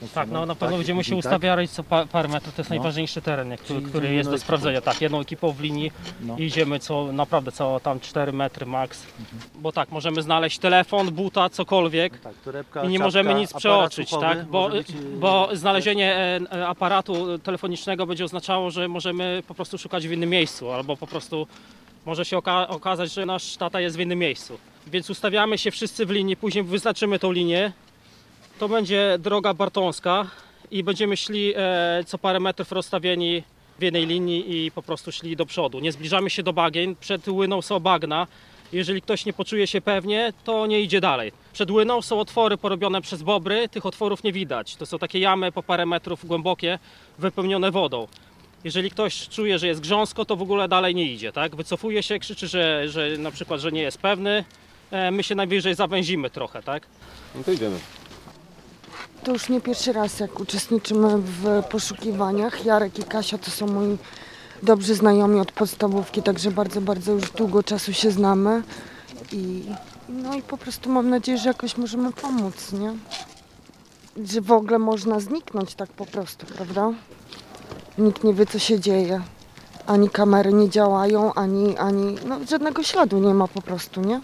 Tak, no na pewno będziemy się ustawiali co parę metrów, to jest najważniejszy teren, który jest do sprawdzenia. Tak, jedną ekipą w linii i idziemy naprawdę całe tam 4 metry max. Bo tak, możemy znaleźć telefon, buta, cokolwiek i nie możemy nic przeoczyć, tak? Bo znalezienie aparatu telefonicznego będzie oznaczało, że możemy po prostu szukać w innym miejscu, albo po prostu może się okazać, że nasz tata jest w innym miejscu. Więc ustawiamy się wszyscy w linii, później wyznaczymy tą linię. To będzie droga bartońska i będziemy szli co parę metrów rozstawieni w jednej linii i po prostu szli do przodu. Nie zbliżamy się do bagien, przed łyną są bagna. Jeżeli ktoś nie poczuje się pewnie, to nie idzie dalej. Przed łyną są otwory porobione przez bobry, tych otworów nie widać. To są takie jamy po parę metrów głębokie, wypełnione wodą. Jeżeli ktoś czuje, że jest grząsko, to w ogóle dalej nie idzie, tak? Wycofuje się, krzyczy, że na przykład, że nie jest pewny. My się najwyżej zawęzimy trochę, tak? No to idziemy. To już nie pierwszy raz, jak uczestniczymy w poszukiwaniach. Jarek i Kasia to są moi dobrzy znajomi od podstawówki, także bardzo, bardzo już długo czasu się znamy. No i po prostu mam nadzieję, że jakoś możemy pomóc, nie? Że w ogóle można zniknąć tak po prostu, prawda? Nikt nie wie, co się dzieje. Ani kamery nie działają, ani no, żadnego śladu nie ma po prostu, nie?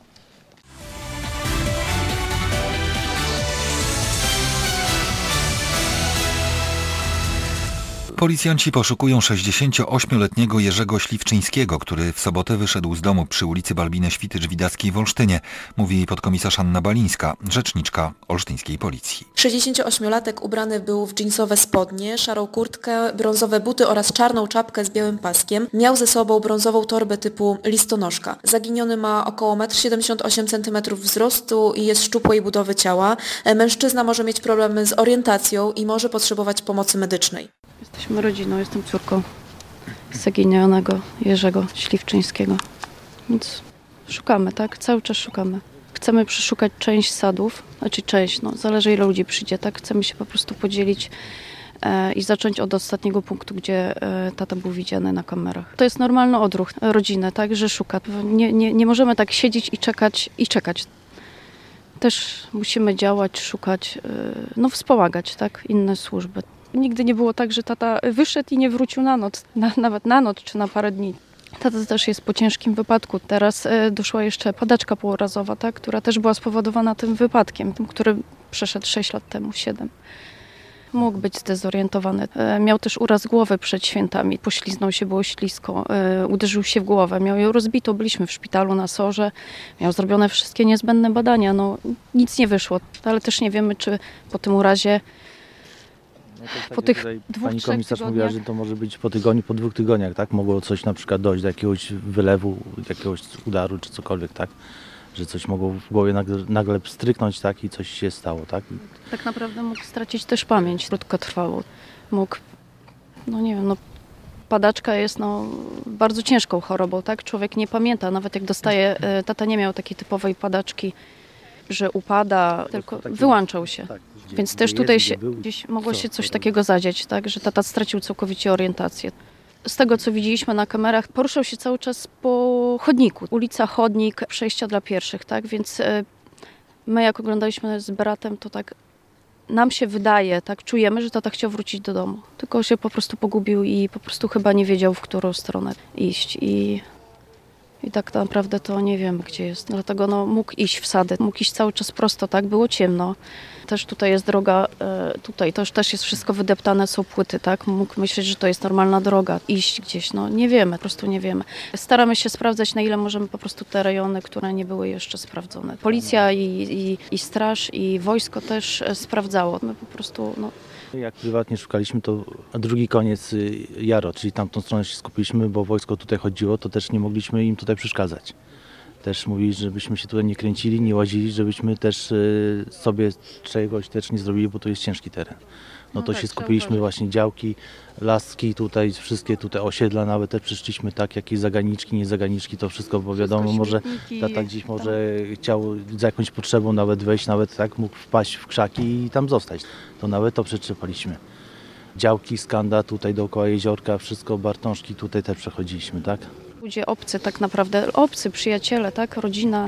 Policjanci poszukują 68-letniego Jerzego Śliwczyńskiego, który w sobotę wyszedł z domu przy ulicy Balbiny-Świtycz-Widackiej w Olsztynie, mówi podkomisarz Anna Balińska, rzeczniczka olsztyńskiej policji. 68-latek ubrany był w dżinsowe spodnie, szarą kurtkę, brązowe buty oraz czarną czapkę z białym paskiem. Miał ze sobą brązową torbę typu listonoszka. Zaginiony ma około 1,78 m wzrostu i jest szczupłej budowy ciała. Mężczyzna może mieć problemy z orientacją i może potrzebować pomocy medycznej. Jesteśmy rodziną, jestem córką zaginionego Jerzego Śliwczyńskiego. Więc szukamy, tak? Cały czas szukamy. Chcemy przeszukać część sadów, znaczy część, no zależy ile ludzi przyjdzie, tak? Chcemy się po prostu podzielić i zacząć od ostatniego punktu, gdzie tata był widziany na kamerach. To jest normalny odruch rodziny, tak? Że szuka. Nie możemy tak siedzieć i czekać. Też musimy działać, szukać, no wspomagać, tak? Inne służby. Nigdy nie było tak, że tata wyszedł i nie wrócił na noc, nawet na noc czy na parę dni. Tata też jest po ciężkim wypadku. Teraz doszła jeszcze padaczka półrazowa, tak, która też była spowodowana tym wypadkiem, tym, który przeszedł 6 lat temu, 7. Mógł być zdezorientowany. Miał też uraz głowy przed świętami. Pośliznął się, było ślisko, uderzył się w głowę. Miał ją rozbitą, byliśmy w szpitalu na SOR-ze. Miał zrobione wszystkie niezbędne badania. No, nic nie wyszło, ale też nie wiemy, czy po tym urazie No po tych pani komisarz mówiła, że to może być po tygodniu, po 2 tygodniach, tak? Mogło coś na przykład dojść do jakiegoś wylewu, jakiegoś udaru czy cokolwiek, tak? Że coś mogło w głowie nagle stryknąć, tak? I coś się stało, tak? Tak naprawdę mógł stracić też pamięć krótkotrwałą. Mógł, no nie wiem, no padaczka jest bardzo ciężką chorobą, tak? Człowiek nie pamięta, nawet jak dostaje, tata nie miał takiej typowej padaczki, że upada, tylko wyłączał się. Tak, więc też tutaj gdzieś mogło się coś takiego zadziać, tak, że tata stracił całkowicie orientację. Z tego, co widzieliśmy na kamerach, poruszał się cały czas po chodniku. Ulica, chodnik, przejścia dla pieszych, tak, więc my jak oglądaliśmy z bratem, to tak nam się wydaje, tak, czujemy, że tata chciał wrócić do domu. Tylko się po prostu pogubił i po prostu chyba nie wiedział, w którą stronę iść. I tak naprawdę to nie wiem, gdzie jest. Dlatego mógł iść w sady, mógł iść cały czas prosto, tak? Było ciemno. Też tutaj jest droga, tutaj też jest wszystko wydeptane, są płyty, tak? Mógł myśleć, że to jest normalna droga, iść gdzieś, nie wiemy, po prostu nie wiemy. Staramy się sprawdzać, na ile możemy po prostu te rejony, które nie były jeszcze sprawdzone. Policja i straż i wojsko też sprawdzało. My po prostu, Jak prywatnie szukaliśmy, to drugi koniec Jaro, czyli tamtą stronę się skupiliśmy, bo wojsko tutaj chodziło, to też nie mogliśmy im tutaj przeszkadzać. Też mówili, żebyśmy się tutaj nie kręcili, nie łazili, żebyśmy też sobie czegoś też nie zrobili, bo to jest ciężki teren. No to tak, się skupiliśmy właśnie działki, laski tutaj, wszystkie tutaj osiedla, nawet też przyszliśmy tak, jakieś zaganiczki, nie zaganiczki, to wszystko, bo wiadomo, może tata gdzieś może chciał za jakąś potrzebą nawet wejść, nawet tak mógł wpaść w krzaki i tam zostać. To nawet to przetrzepaliśmy. Działki, skanda tutaj dookoła jeziorka, wszystko, Bartążki tutaj też przechodziliśmy, tak? Ludzie obcy tak naprawdę, obcy, przyjaciele, tak, rodzina,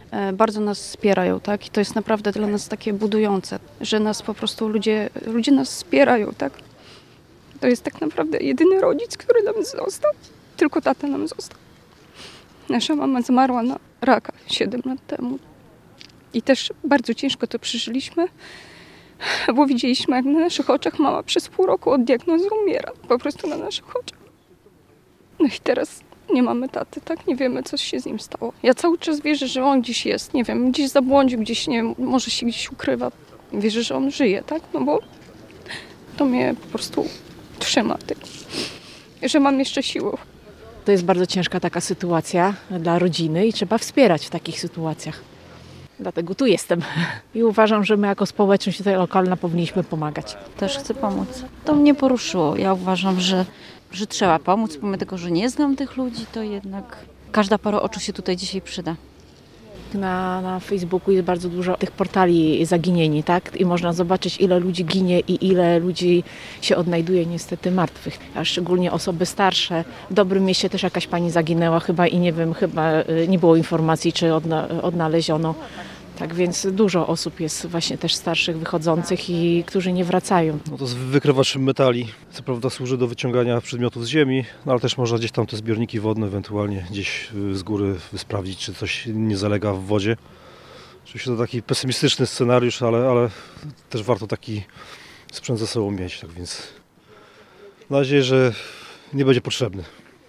bardzo nas wspierają, tak? I to jest naprawdę dla nas takie budujące, że nas po prostu ludzie nas wspierają, tak? To jest tak naprawdę jedyny rodzic, który nam został. Tylko tata nam został. Nasza mama zmarła na raka 7 lat temu. I też bardzo ciężko to przeżyliśmy, bo widzieliśmy, jak na naszych oczach mama przez pół roku od diagnozy umiera. Po prostu na naszych oczach. No i teraz nie mamy taty, tak? Nie wiemy, co się z nim stało. Ja cały czas wierzę, że on gdzieś jest, nie wiem, gdzieś zabłądził, gdzieś, nie wiem, może się gdzieś ukrywa. Wierzę, że on żyje, tak? No bo to mnie po prostu trzyma, tak? Że mam jeszcze siłę. To jest bardzo ciężka taka sytuacja dla rodziny i trzeba wspierać w takich sytuacjach. Dlatego tu jestem i uważam, że my jako społeczność tutaj lokalna powinniśmy pomagać. Też chcę pomóc. To mnie poruszyło. Ja uważam, że trzeba pomóc, pomimo tego, że nie znam tych ludzi, to jednak każda para oczu się tutaj dzisiaj przyda. Na Facebooku jest bardzo dużo tych portali zaginieni, tak? I można zobaczyć, ile ludzi ginie i ile ludzi się odnajduje niestety martwych. A szczególnie osoby starsze. W Dobrym Mieście też jakaś pani zaginęła chyba i nie wiem, chyba nie było informacji, czy odnaleziono. Tak więc dużo osób jest właśnie też starszych, wychodzących i którzy nie wracają. No to jest wykrywacz metali. Co prawda służy do wyciągania przedmiotów z ziemi, no ale też można gdzieś tam te zbiorniki wodne ewentualnie gdzieś z góry sprawdzić, czy coś nie zalega w wodzie. Oczywiście to taki pesymistyczny scenariusz, ale też warto taki sprzęt ze sobą mieć. Tak więc mam nadzieję, że nie będzie potrzebny.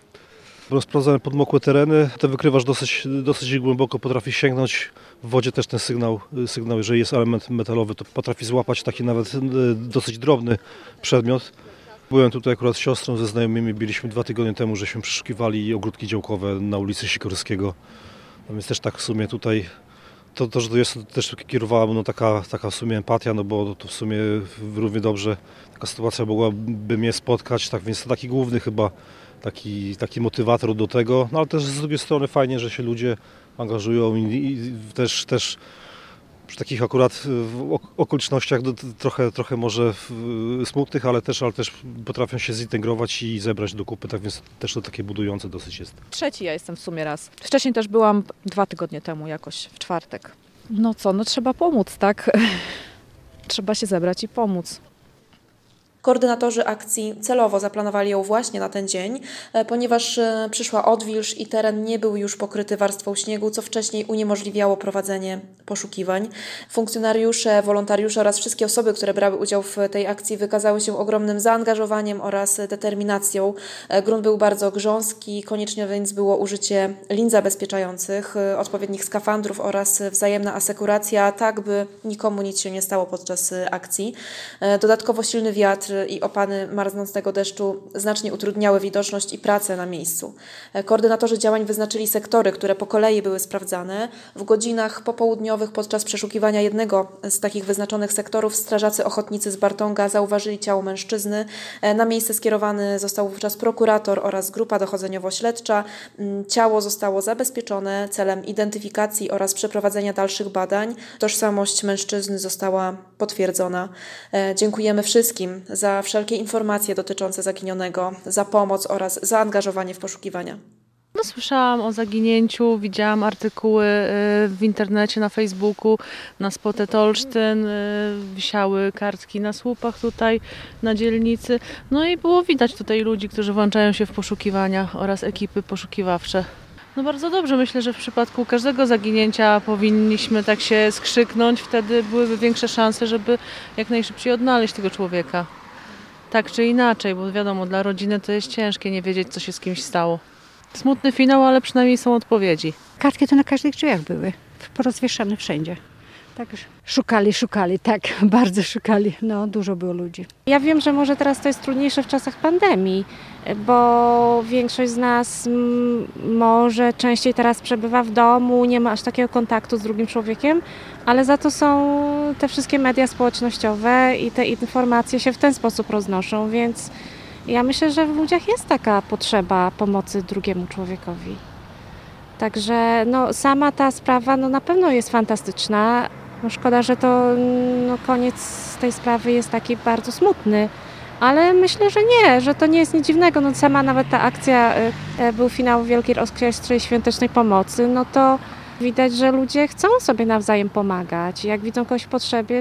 Będą sprawdzane podmokłe tereny. Ten wykrywacz dosyć głęboko potrafi sięgnąć. W wodzie też ten sygnał, jeżeli jest element metalowy, to potrafi złapać taki nawet dosyć drobny przedmiot. Byłem tutaj akurat z siostrą, ze znajomymi, byliśmy 2 tygodnie temu, żeśmy przeszukiwali ogródki działkowe na ulicy Sikorskiego. A więc też tak w sumie tutaj, to że to jest, też kierowała mną taka w sumie empatia, no bo to w sumie równie dobrze taka sytuacja mogłaby mnie spotkać, tak więc to taki główny chyba taki motywator do tego, no ale też z drugiej strony fajnie, że się ludzie angażują i też przy takich akurat okolicznościach trochę może smutnych, ale też potrafią się zintegrować i zebrać do kupy, tak więc też to takie budujące dosyć jest. 3. ja jestem w sumie raz. Wcześniej też byłam 2 tygodnie temu jakoś, w czwartek. No co, no trzeba pomóc, tak? Trzeba się zebrać i pomóc. Koordynatorzy akcji celowo zaplanowali ją właśnie na ten dzień, ponieważ przyszła odwilż i teren nie był już pokryty warstwą śniegu, co wcześniej uniemożliwiało prowadzenie poszukiwań. Funkcjonariusze, wolontariusze oraz wszystkie osoby, które brały udział w tej akcji, wykazały się ogromnym zaangażowaniem oraz determinacją. Grunt był bardzo grząski, konieczne więc było użycie lin zabezpieczających, odpowiednich skafandrów oraz wzajemna asekuracja, tak by nikomu nic się nie stało podczas akcji. Dodatkowo silny wiatr i opady marznącego deszczu znacznie utrudniały widoczność i pracę na miejscu. Koordynatorzy działań wyznaczyli sektory, które po kolei były sprawdzane. W godzinach popołudniowych podczas przeszukiwania jednego z takich wyznaczonych sektorów strażacy ochotnicy z Bartonga zauważyli ciało mężczyzny. Na miejsce skierowany został wówczas prokurator oraz grupa dochodzeniowo-śledcza. Ciało zostało zabezpieczone celem identyfikacji oraz przeprowadzenia dalszych badań. Tożsamość mężczyzny została potwierdzona. Dziękujemy wszystkim za wszelkie informacje dotyczące zaginionego, za pomoc oraz zaangażowanie w poszukiwania. No, słyszałam o zaginięciu, widziałam artykuły w internecie, na Facebooku, na Spotted Olsztyn, wisiały kartki na słupach tutaj na dzielnicy. No i było widać tutaj ludzi, którzy włączają się w poszukiwania oraz ekipy poszukiwawcze. No bardzo dobrze, myślę, że w przypadku każdego zaginięcia powinniśmy tak się skrzyknąć, wtedy byłyby większe szanse, żeby jak najszybciej odnaleźć tego człowieka. Tak czy inaczej, bo wiadomo, dla rodziny to jest ciężkie nie wiedzieć, co się z kimś stało. Smutny finał, ale przynajmniej są odpowiedzi. Kartki to na każdych drzwiach były, porozwieszane wszędzie. Tak, szukali, tak, bardzo szukali, no dużo było ludzi. Ja wiem, że może teraz to jest trudniejsze w czasach pandemii, bo większość z nas może częściej teraz przebywa w domu, nie ma aż takiego kontaktu z drugim człowiekiem, ale za to są te wszystkie media społecznościowe i te informacje się w ten sposób roznoszą, więc ja myślę, że w ludziach jest taka potrzeba pomocy drugiemu człowiekowi. Także no, sama ta sprawa no, na pewno jest fantastyczna. No, szkoda, że to koniec tej sprawy jest taki bardzo smutny, ale myślę, że nie, że to nie jest nic dziwnego. No, sama nawet ta akcja, był finał Wielkiej Orkiestry Świątecznej Pomocy, no to Widać, że ludzie chcą sobie nawzajem pomagać. Jak widzą kogoś w potrzebie,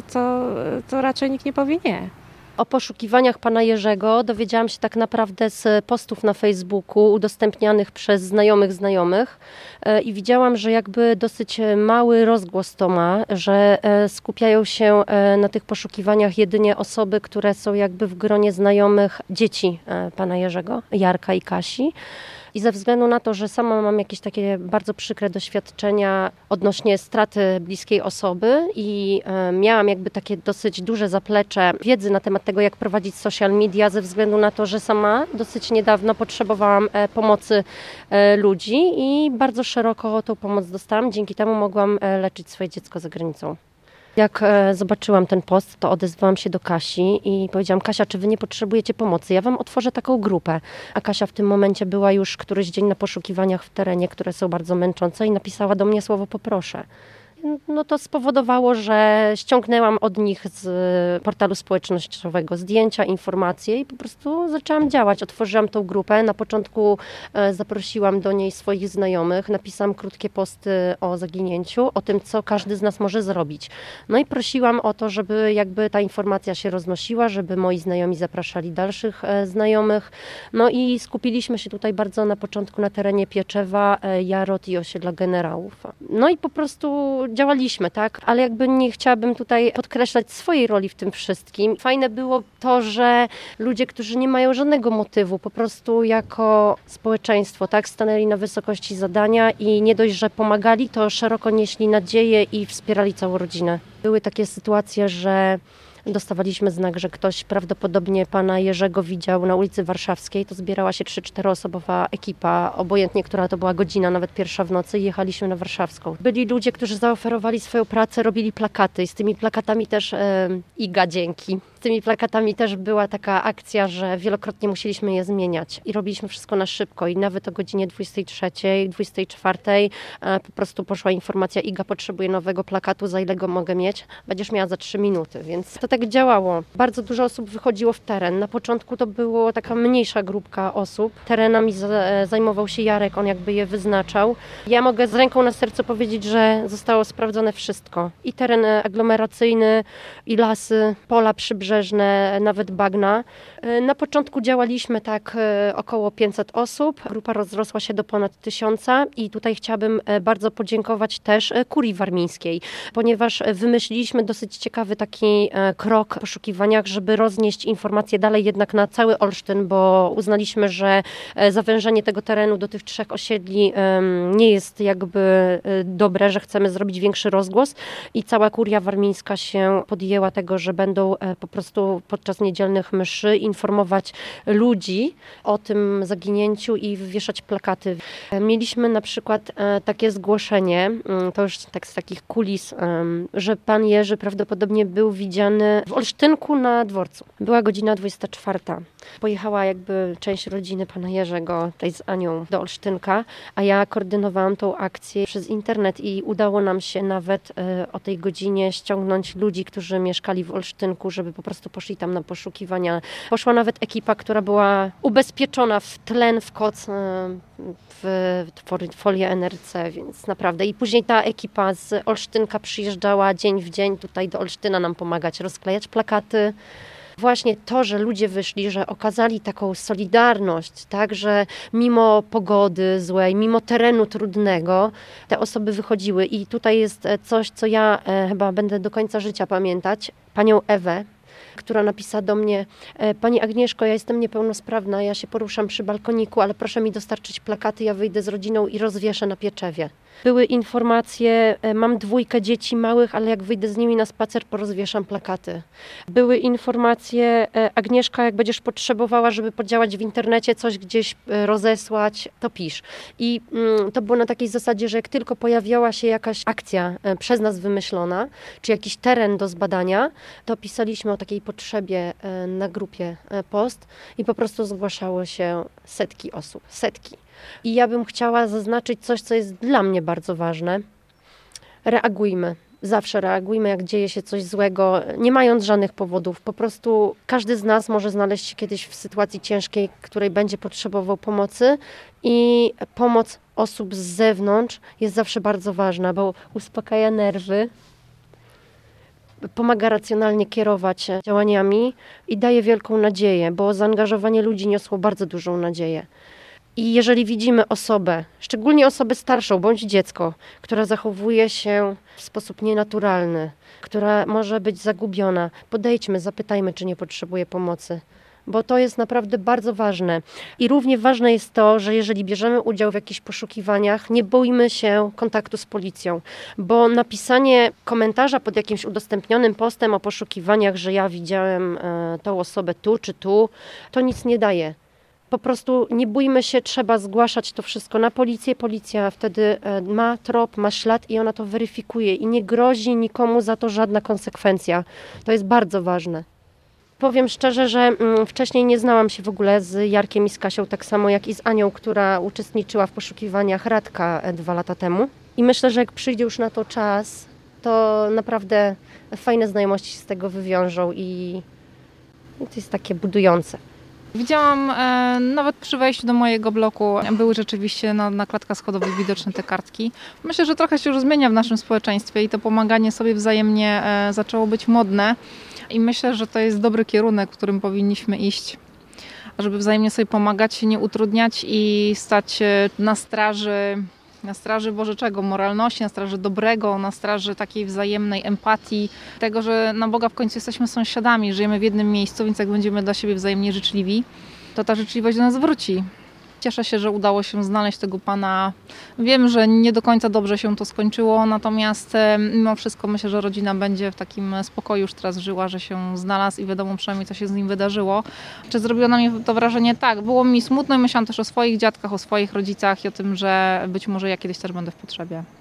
to raczej nikt nie powie nie. O poszukiwaniach pana Jerzego dowiedziałam się tak naprawdę z postów na Facebooku udostępnianych przez znajomych i widziałam, że jakby dosyć mały rozgłos to ma, że skupiają się na tych poszukiwaniach jedynie osoby, które są jakby w gronie znajomych dzieci pana Jerzego, Jarka i Kasi. I ze względu na to, że sama mam jakieś takie bardzo przykre doświadczenia odnośnie straty bliskiej osoby i miałam jakby takie dosyć duże zaplecze wiedzy na temat tego, jak prowadzić social media, ze względu na to, że sama dosyć niedawno potrzebowałam pomocy ludzi i bardzo szeroko tą pomoc dostałam. Dzięki temu mogłam leczyć swoje dziecko za granicą. Jak zobaczyłam ten post, to odezwałam się do Kasi i powiedziałam: Kasia, czy wy nie potrzebujecie pomocy? Ja wam otworzę taką grupę. A Kasia w tym momencie była już któryś dzień na poszukiwaniach w terenie, które są bardzo męczące i napisała do mnie słowo poproszę. No to spowodowało, że ściągnęłam od nich z portalu społecznościowego zdjęcia, informacje i po prostu zaczęłam działać. Otworzyłam tą grupę. Na początku zaprosiłam do niej swoich znajomych, napisałam krótkie posty o zaginięciu, o tym, co każdy z nas może zrobić. No i prosiłam o to, żeby jakby ta informacja się roznosiła, żeby moi znajomi zapraszali dalszych znajomych. No i skupiliśmy się tutaj bardzo na początku na terenie Pieczewa, Jarot i osiedla Generałów. No i po prostu działaliśmy, tak? Ale jakby nie chciałabym tutaj podkreślać swojej roli w tym wszystkim. Fajne było to, że ludzie, którzy nie mają żadnego motywu, po prostu jako społeczeństwo, tak, stanęli na wysokości zadania i nie dość, że pomagali, to szeroko nieśli nadzieję i wspierali całą rodzinę. Były takie sytuacje, że dostawaliśmy znak, że ktoś prawdopodobnie pana Jerzego widział na ulicy Warszawskiej. To zbierała się 3-4-osobowa ekipa, obojętnie która to była godzina, nawet 1 w nocy, i jechaliśmy na Warszawską. Byli ludzie, którzy zaoferowali swoją pracę, robili plakaty i z tymi plakatami też Iga dzięki. Z tymi plakatami też była taka akcja, że wielokrotnie musieliśmy je zmieniać i robiliśmy wszystko na szybko i nawet o godzinie 23, 24 po prostu poszła informacja: Iga potrzebuje nowego plakatu, za ile go mogę mieć? Będziesz miała za 3 minuty, więc to tak działało. Bardzo dużo osób wychodziło w teren. Na początku to była taka mniejsza grupka osób. Terenami zajmował się Jarek, on jakby je wyznaczał. Ja mogę z ręką na sercu powiedzieć, że zostało sprawdzone wszystko. I teren aglomeracyjny, i lasy, pola przybrzeżne, nawet bagna. Na początku działaliśmy tak około 500 osób. Grupa rozrosła się do ponad 1000 i tutaj chciałabym bardzo podziękować też Kurii Warmińskiej, ponieważ wymyśliliśmy dosyć ciekawy taki krok w poszukiwaniach, żeby roznieść informacje dalej jednak na cały Olsztyn, bo uznaliśmy, że zawężenie tego terenu do tych 3 osiedli nie jest jakby dobre, że chcemy zrobić większy rozgłos i cała Kuria Warmińska się podjęła tego, że będą po prostu podczas niedzielnych mszy informować ludzi o tym zaginięciu i wywieszać plakaty. Mieliśmy na przykład takie zgłoszenie, to już tak z takich kulis, że pan Jerzy prawdopodobnie był widziany w Olsztynku na dworcu. Była godzina 24. Pojechała jakby część rodziny pana Jerzego, tej z Anią, do Olsztynka, a ja koordynowałam tą akcję przez internet i udało nam się nawet o tej godzinie ściągnąć ludzi, którzy mieszkali w Olsztynku, żeby po prostu poszli tam na poszukiwania. Poszła nawet ekipa, która była ubezpieczona w tlen, w koc, w folię NRC, więc naprawdę. I później ta ekipa z Olsztynka przyjeżdżała dzień w dzień tutaj do Olsztyna nam pomagać, rozklejać plakaty. Właśnie to, że ludzie wyszli, że okazali taką solidarność, tak, że mimo pogody złej, mimo terenu trudnego, te osoby wychodziły i tutaj jest coś, co ja chyba będę do końca życia pamiętać. Panią Ewę, która napisała do mnie: Pani Agnieszko, ja jestem niepełnosprawna, ja się poruszam przy balkoniku, ale proszę mi dostarczyć plakaty, ja wyjdę z rodziną i rozwieszę na Pieczewie. Były informacje, mam 2 dzieci małych, ale jak wyjdę z nimi na spacer, porozwieszam plakaty. Były informacje: Agnieszka, jak będziesz potrzebowała, żeby podziałać w internecie, coś gdzieś rozesłać, to pisz. I to było na takiej zasadzie, że jak tylko pojawiała się jakaś akcja przez nas wymyślona, czy jakiś teren do zbadania, to pisaliśmy o takiej potrzebie na grupie post i po prostu zgłaszało się setki osób, setki. I ja bym chciała zaznaczyć coś, co jest dla mnie bardzo ważne. Reagujmy. Zawsze reagujmy, jak dzieje się coś złego, nie mając żadnych powodów. Po prostu każdy z nas może znaleźć się kiedyś w sytuacji ciężkiej, której będzie potrzebował pomocy i pomoc osób z zewnątrz jest zawsze bardzo ważna, bo uspokaja nerwy, pomaga racjonalnie kierować działaniami i daje wielką nadzieję, bo zaangażowanie ludzi niosło bardzo dużą nadzieję. I jeżeli widzimy osobę, szczególnie osobę starszą bądź dziecko, która zachowuje się w sposób nienaturalny, która może być zagubiona, podejdźmy, zapytajmy, czy nie potrzebuje pomocy. Bo to jest naprawdę bardzo ważne. I równie ważne jest to, że jeżeli bierzemy udział w jakichś poszukiwaniach, nie bójmy się kontaktu z policją, bo napisanie komentarza pod jakimś udostępnionym postem o poszukiwaniach, że ja widziałem tą osobę tu czy tu, to nic nie daje. Po prostu nie bójmy się, trzeba zgłaszać to wszystko na policję. Policja wtedy ma trop, ma ślad i ona to weryfikuje i nie grozi nikomu za to żadna konsekwencja. To jest bardzo ważne. Powiem szczerze, że wcześniej nie znałam się w ogóle z Jarkiem i z Kasią, tak samo jak i z Anią, która uczestniczyła w poszukiwaniach Radka 2 lata temu. I myślę, że jak przyjdzie już na to czas, to naprawdę fajne znajomości się z tego wywiążą i to jest takie budujące. Widziałam nawet przy wejściu do mojego bloku, były rzeczywiście na klatkach schodowych widoczne te kartki. Myślę, że trochę się już zmienia w naszym społeczeństwie i to pomaganie sobie wzajemnie zaczęło być modne. I myślę, że to jest dobry kierunek, w którym powinniśmy iść, żeby wzajemnie sobie pomagać, nie utrudniać i stać się na straży Boże czego? Moralności, na straży dobrego, na straży takiej wzajemnej empatii, tego, że na Boga w końcu jesteśmy sąsiadami, żyjemy w jednym miejscu, więc jak będziemy dla siebie wzajemnie życzliwi, to ta życzliwość do nas wróci. Cieszę się, że udało się znaleźć tego pana. Wiem, że nie do końca dobrze się to skończyło, natomiast mimo wszystko myślę, że rodzina będzie w takim spokoju już teraz żyła, że się znalazł i wiadomo przynajmniej, co się z nim wydarzyło. Czy zrobiło na mnie to wrażenie? Tak, było mi smutno i myślałam też o swoich dziadkach, o swoich rodzicach i o tym, że być może ja kiedyś też będę w potrzebie.